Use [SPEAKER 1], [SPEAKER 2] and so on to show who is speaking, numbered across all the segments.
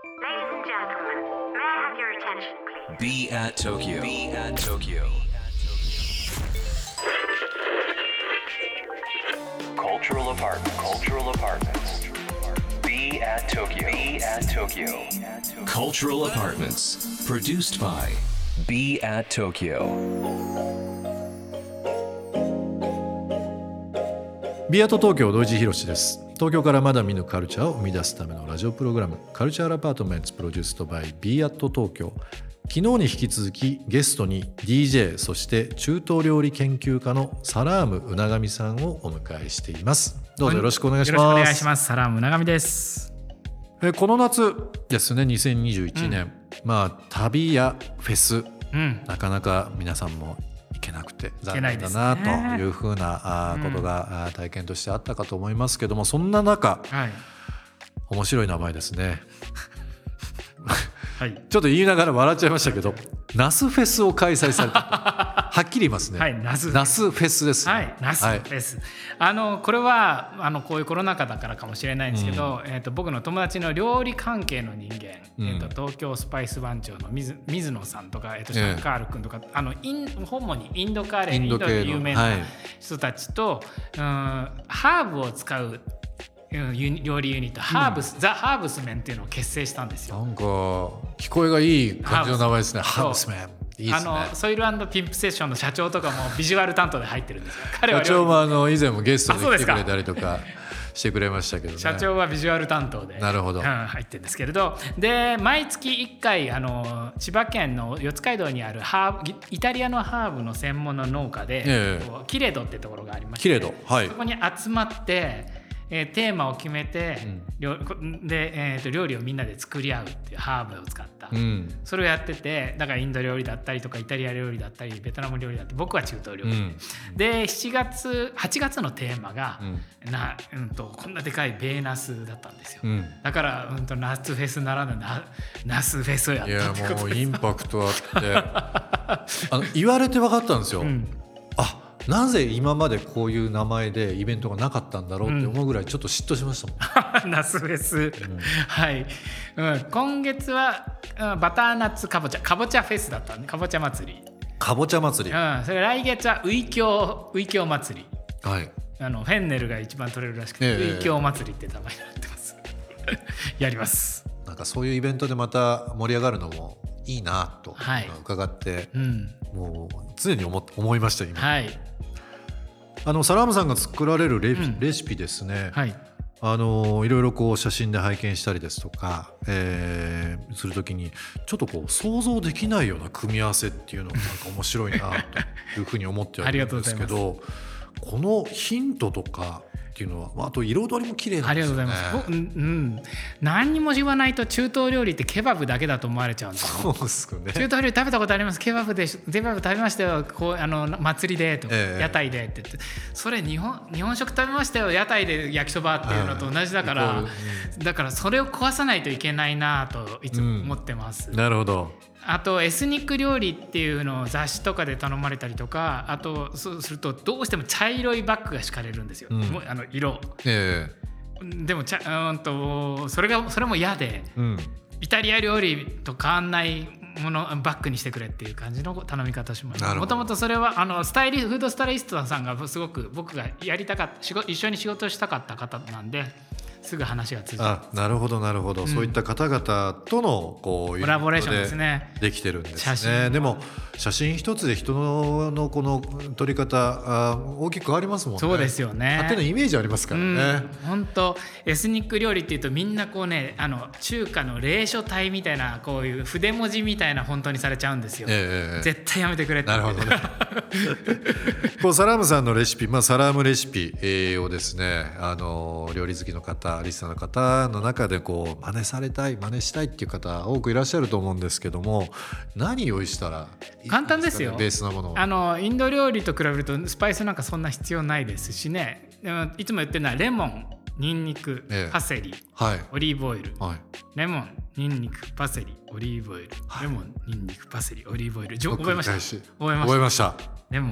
[SPEAKER 1] and gentlemen, may I have your attention, please?
[SPEAKER 2] Be at Tokyo. Be at Tokyo. Cultural apartments. Cultural apartments. Be at Tokyo. Be at Tokyo. Cultural apartments. Produced by Be at Tokyo.
[SPEAKER 3] ビアート東京土井地博です。東京からまだ見ぬカルチャーを生み出すためのラジオプログラムカルチャーアパートメンツプロデュースドバイビアート東京。昨日に引き続きゲストに DJ そして中東料理研究家のサラームうながみさんをお迎えしています。どうぞよろしくお願いします。
[SPEAKER 4] よろしくお願いします。サラームうながみです。
[SPEAKER 3] この夏ですね2021年、旅やフェス、なかなか皆さんも行けなくて残念だなというふうなことが体験としてあったかと思いますけども、そんな中、面白い名前ですねちょっと言いながら笑っちゃいましたけど、ナスフェスを開催されたはっきり言いますね、ナスフェスです、
[SPEAKER 4] ナスフェス、これはこういうコロナ禍だからかもしれないんですけど、僕の友達の料理関係の人間、東京スパイス番長の水野さんとか、シャンカール君とか、主にインドカレー、インドで有名な人たちと、ハーブを使う料理ユニットザ・ハーブスメンっていうのを結成したんですよ。
[SPEAKER 3] なんか聞こえがいい感じの名前ですね。ハーブスメンいいですね。
[SPEAKER 4] ソイル&ピンプセッションの社長とかもビジュアル担当で入ってるんですよ。彼は
[SPEAKER 3] 社長も以前もゲストで来てくれたりとかしてくれましたけどね。
[SPEAKER 4] 社長はビジュアル担当で
[SPEAKER 3] なるほど、
[SPEAKER 4] 入ってるんですけれど、で毎月1回千葉県の四街道にあるイタリアのハーブの専門の農家で、キレドってところがありまして、そこに集まってテーマを決めて、料理をみんなで作り合うっていうハーブを使った、それをやってて、だからインド料理だったりとかイタリア料理だったりベトナム料理だったり、僕は中東料理、で8月のテーマが、こんなでかいベーナスだったんですよ、だから、ナスフェスならぬナスフェスをやったってことです。
[SPEAKER 3] いやもうインパクトあって言われて分かったんですよ、なぜ今までこういう名前でイベントがなかったんだろうって思うぐらいちょっと嫉妬しましたもん、
[SPEAKER 4] ナスフェス、今月はバターナッツかぼちゃフェスだったんで、かぼちゃ祭り、それ来月はウイキョウ祭り、フェンネルが一番取れるらしくて、ウイキョウ祭りって名前になってますやります。
[SPEAKER 3] なんかそういうイベントでまた盛り上がるのもいいなと伺って、もう常に思いました今、サラームさんが作られるレシピですね、いろいろこう写真で拝見したりですとか、するときにちょっとこう想像できないような組み合わせっていうのがなんか面白いなというふうに思ってはいるんですけどこのヒントとかっていうのは、あと彩りも綺麗なんですよね。
[SPEAKER 4] ありがとうございます。何にも言わないと中東料理ってケバブだけだと思われちゃうんですよ。
[SPEAKER 3] そうですよね。
[SPEAKER 4] 中東料理食べたことあります。ケバブ食べましたよ、祭りでとか、屋台でって言って、それ日本食食べましたよ、屋台で焼きそばっていうのと同じだから、だからそれを壊さないといけないなといつも思ってます、
[SPEAKER 3] なるほど。
[SPEAKER 4] あとエスニック料理っていうのを雑誌とかで頼まれたりとか、あとそうするとどうしても茶色いバッグが敷かれるんですよ、色、でもそれも嫌で、イタリア料理と変わんないものバッグにしてくれっていう感じの頼み方します。もともとそれはフードスタイリストさんがすごく僕がやりたかった一緒に仕事したかった方なんですぐ話が通じる。
[SPEAKER 3] なるほど、そういった方々とのこう
[SPEAKER 4] コラボレーションですね。
[SPEAKER 3] できてるんですね。でも写真一つで人のこの撮り方大きく変わりますもんね。
[SPEAKER 4] そうですよね。
[SPEAKER 3] 勝手なイメージありますからね。
[SPEAKER 4] 本当エスニック料理っていうとみんなこうね、中華の隷書体みたいなこういう筆文字みたいな本当にされちゃうんですよ、絶対やめてくれって。
[SPEAKER 3] なるほどねこうサラームさんのレシピ、サラームレシピをですね、料理好きの方リスナーの方の中でこう真似したいっていう方多くいらっしゃると思うんですけども、何用意したらいいですかね。
[SPEAKER 4] 簡単ですよ。
[SPEAKER 3] ベースのものは
[SPEAKER 4] インド料理と比べるとスパイスなんかそんな必要ないですしね。いつも言ってるのはレモン、ニンニク、パセリ、オリーブオイル、レモン、ニンニク、パセリ、オリーブオイル、レモン、ニンニク、パセリ、オリーブオイル。覚えました。
[SPEAKER 3] レモン、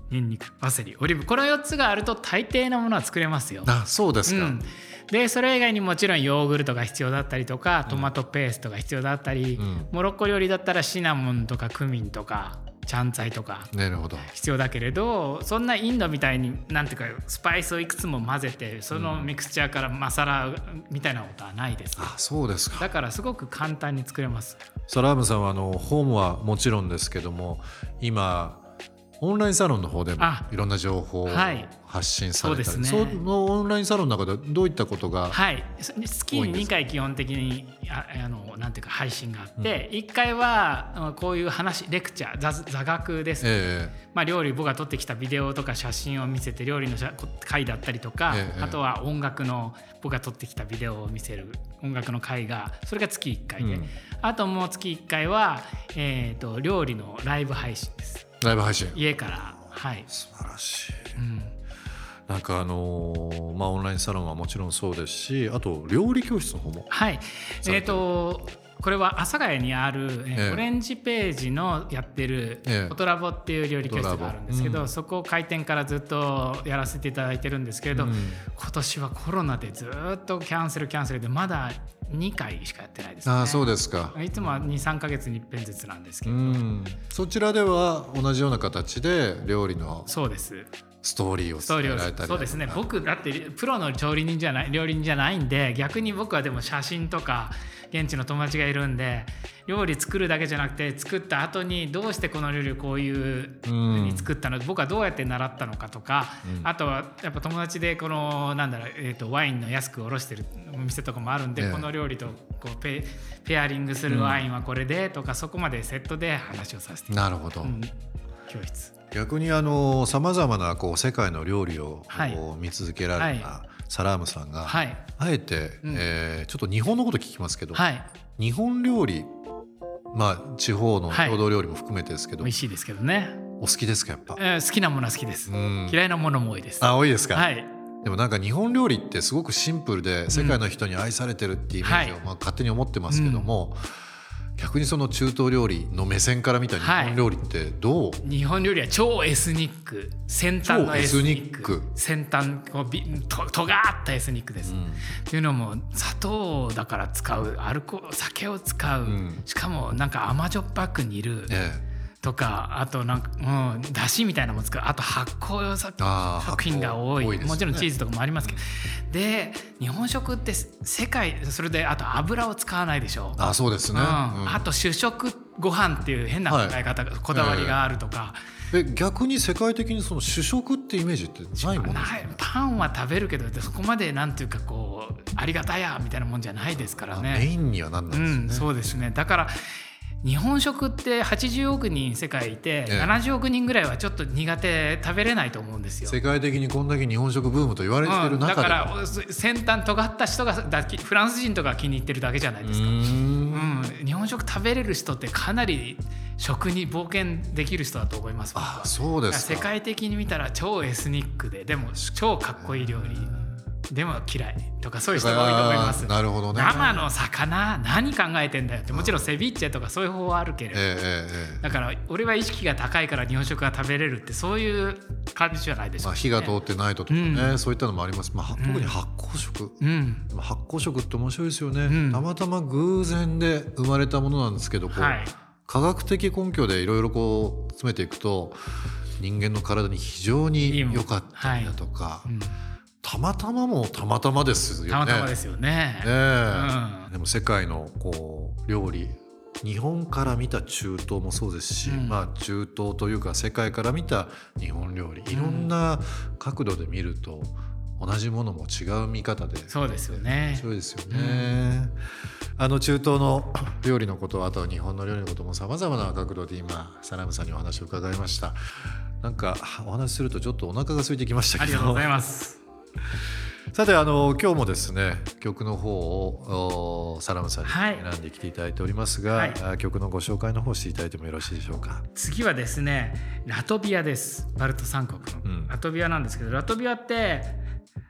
[SPEAKER 4] ニンニク、パセリ、オリーブ、この4つがあると大抵のものは作れますよ。
[SPEAKER 3] あ、そうですか。
[SPEAKER 4] でそれ以外にもちろんヨーグルトが必要だったりとか、トマトペーストが必要だったり、モロッコ料理だったらシナモンとかクミンとかチャンツァイとか必要だけれど、そんなインドみたいになんていうかスパイスをいくつも混ぜてそのミクスチャーからマサラみたいなことはないです。
[SPEAKER 3] あ、そうですか。
[SPEAKER 4] だからすごく簡単に作れます。
[SPEAKER 3] サラームさんは本はもちろんですけども、今オンラインサロンの方でもいろんな情報を発信されたり、はい、そのオンラインサロンの中でどういったことが、
[SPEAKER 4] はい、月に2回基本的になんていうか配信があって、1回はこういう話レクチャー座学ですね、料理僕が撮ってきたビデオとか写真を見せて料理の回だったりとか、あとは音楽の僕が撮ってきたビデオを見せる音楽の回が、それが月1回で、あともう月1回は、料理のライブ配信です。
[SPEAKER 3] ライブ配信、
[SPEAKER 4] 家から、はい、
[SPEAKER 3] 素晴らしい。なんかオンラインサロンはもちろんそうですし、あと料理教室の方も、
[SPEAKER 4] はい、これは阿佐ヶ谷にある、オレンジページのやってるフォトラボっていう料理教室があるんですけど、そこを開店からずっとやらせていただいてるんですけれど、今年はコロナでずっとキャンセルでまだ2回しかやってないですね。
[SPEAKER 3] あ、そうですか。
[SPEAKER 4] いつもは 2,3 ヶ月に一遍ずつなんですけど、
[SPEAKER 3] そちらでは同じような形で料理の
[SPEAKER 4] そうです
[SPEAKER 3] ストーリーを伝えられたり、
[SPEAKER 4] そうですね。僕だってプロの料理人じゃないんで、逆に僕はでも写真とか現地の友達がいるんで、料理作るだけじゃなくて作った後にどうしてこの料理をこういう風に作ったの、僕はどうやって習ったのかとか、あとはやっぱ友達でこのワインの安く卸してるお店とかもあるんで、この料理とこうペアリングするワインはこれでとか、そこまでセットで話をさせていただいて、
[SPEAKER 3] なるほど、
[SPEAKER 4] 教室。
[SPEAKER 3] 逆にさまざまな世界の料理を見続けられたサラームさんが、あえて、ちょっと日本のこと聞きますけど、日本料理、地方の郷土料理も含めてですけど、
[SPEAKER 4] 美味しいですけどね。
[SPEAKER 3] お好きですか？やっぱ、
[SPEAKER 4] 好きなものは好きです、嫌いなものも多いです。
[SPEAKER 3] あ、多いですか？
[SPEAKER 4] はい。
[SPEAKER 3] でもなんか日本料理ってすごくシンプルで世界の人に愛されてるっていうイメージを勝手に思ってますけども、逆にその中東料理の目線から見た日本料理ってどう？
[SPEAKER 4] 日本料理は超エスニック、先端のエスニック、先端とがったエスニックです、というのも砂糖だから使う、酒を使う、しかもなんか甘じょっぱく煮る、とか、あとなんかだしみたいなのも使う、あと発酵食品が多い、もちろんチーズとかもありますけど、で日本食って世界、それであと油を使わないでしょ。
[SPEAKER 3] あ、そうですね、
[SPEAKER 4] あと主食ご飯っていう変な考え方、こだわりがあるとか、
[SPEAKER 3] 逆に世界的にその主食ってイメージってないもんですか？
[SPEAKER 4] パンは食べるけど、そこまでなんていうかこうありがたやみたいなもんじゃないですからね。
[SPEAKER 3] メインにはなんないですね。
[SPEAKER 4] そうですね。だから日本食って80億人世界いて、70億人ぐらいはちょっと苦手、食べれないと思うんですよ。
[SPEAKER 3] 世界的にこんだけ日本食ブームと言われている中で、
[SPEAKER 4] だから先端尖った人がフランス人とか気に入ってるだけじゃないですか。日本食食べれる人ってかなり食に冒険できる人だと思います。
[SPEAKER 3] あ、そうですか。
[SPEAKER 4] 世界的に見たら超エスニックでも超かっこいい料理でも嫌いとか、そういう人が多いと思います。
[SPEAKER 3] なるほどね。
[SPEAKER 4] 生の魚何考えてんだよって、もちろんセビッチェとかそういう方法はあるけれど、だから俺は意識が高いから日本食が食べれるってそういう感じじゃないでしょうか、ね。火
[SPEAKER 3] が通ってないとかね、そういったのもあります。特に発酵食、発酵食って面白いですよね。たまたま偶然で生まれたものなんですけど、科学的根拠でいろいろ詰めていくと人間の体に非常に良かったりだとか、たまたまもたまたまですよね。
[SPEAKER 4] たまたまですよね。
[SPEAKER 3] でも世界の料理、日本から見た中東もそうですし、中東というか世界から見た日本料理、いろんな角度で見ると同じものも違う見方で、
[SPEAKER 4] そうですよね。
[SPEAKER 3] そうですよね。中東の料理のこと、あと日本の料理のこともさまざまな角度で今サラムさんにお話を伺いました。なんかお話しするとちょっとお腹が空いてきましたけど。
[SPEAKER 4] ありがとうございます。
[SPEAKER 3] さて今日もですね、曲の方をサラムさんに選んできていただいておりますが、曲のご紹介の方していただいてもよろしいでしょうか。
[SPEAKER 4] 次はですね、ラトビアです。バルト三国の、ラトビアなんですけど、ラトビアって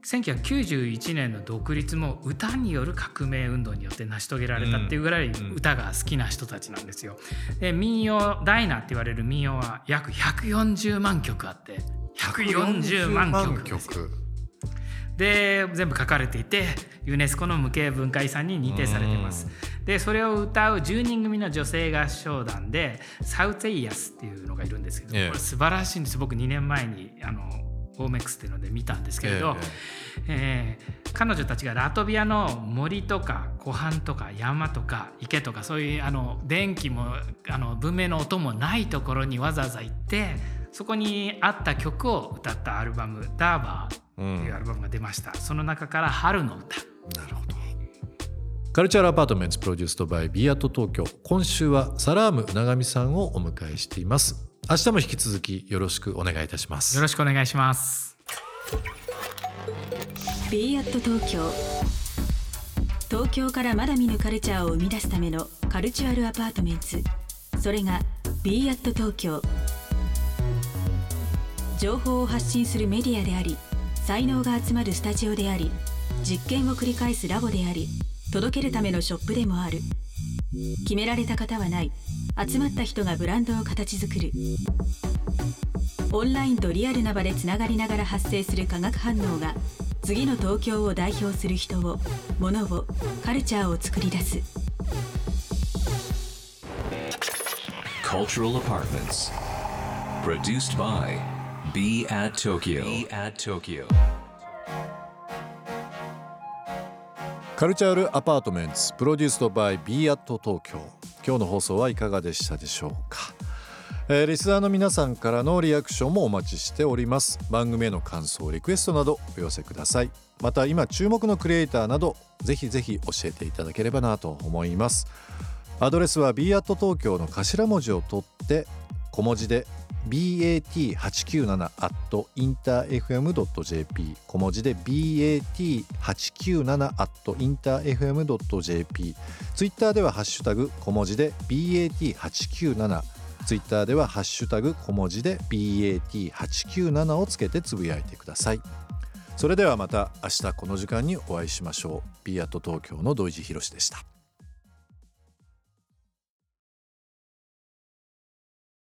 [SPEAKER 4] 1991年の独立も歌による革命運動によって成し遂げられたっていうぐらい歌が好きな人たちなんですよ。で民謡ダイナって言われる民謡は約140万曲あって140万曲ですよ。で全部書かれていてユネスコの無形文化遺産に認定されています。でそれを歌う10人組の女性合唱団でサウツェイヤスっていうのがいるんですけど、これ素晴らしいんです。僕2年前にオーメックスっていうので見たんですけれど、彼女たちがラトビアの森とか湖畔とか山とか池とかそういう電気も文明の音もないところにわざわざ行ってそこにあった曲を歌ったアルバムダーバーっていうアルバムが出ました。その中から春の歌。
[SPEAKER 3] なるほど。カルチャーアパートメンツプロデュースドバイビーアット東京。今週はサラーム長見さんをお迎えしています。明日も引き続きよろしくお願いいたします。
[SPEAKER 4] よろしくお願いします。
[SPEAKER 5] ビーアット東京。東京からまだ見ぬカルチャーを生み出すためのカルチュアルアパートメンツ。それがビーアット東京。情報を発信するメディアであり、才能が集まるスタジオであり、実験を繰り返すラボであり、届けるためのショップでもある。決められた型はない。集まった人がブランドを形作る。オンラインとリアルな場でつながりながら発生する化学反応が次の東京を代表する人を、物を、カルチャーを作り出す。
[SPEAKER 2] Cultural Apartments Produced by Be at Tokyo. Be at Tokyo.
[SPEAKER 3] カルチャールアパートメンツプロデュースドバイ Be at 東京。今日の放送はいかがでしたでしょうか。リスナーの皆さんからのリアクションもお待ちしております。番組への感想リクエストなどお寄せください。また今注目のクリエイターなどぜひぜひ教えていただければなと思います。アドレスは Be at 東京の頭文字を取って小文字でbat897@interfm.jp 小文字で bat897@interfm.jp ツイッターではハッシュタグ小文字で bat897 ツイッターではハッシュタグ小文字で bat897 をつけてつぶやいてください。それではまた明日この時間にお会いしましょう。 Be at 東京の土井地博でした。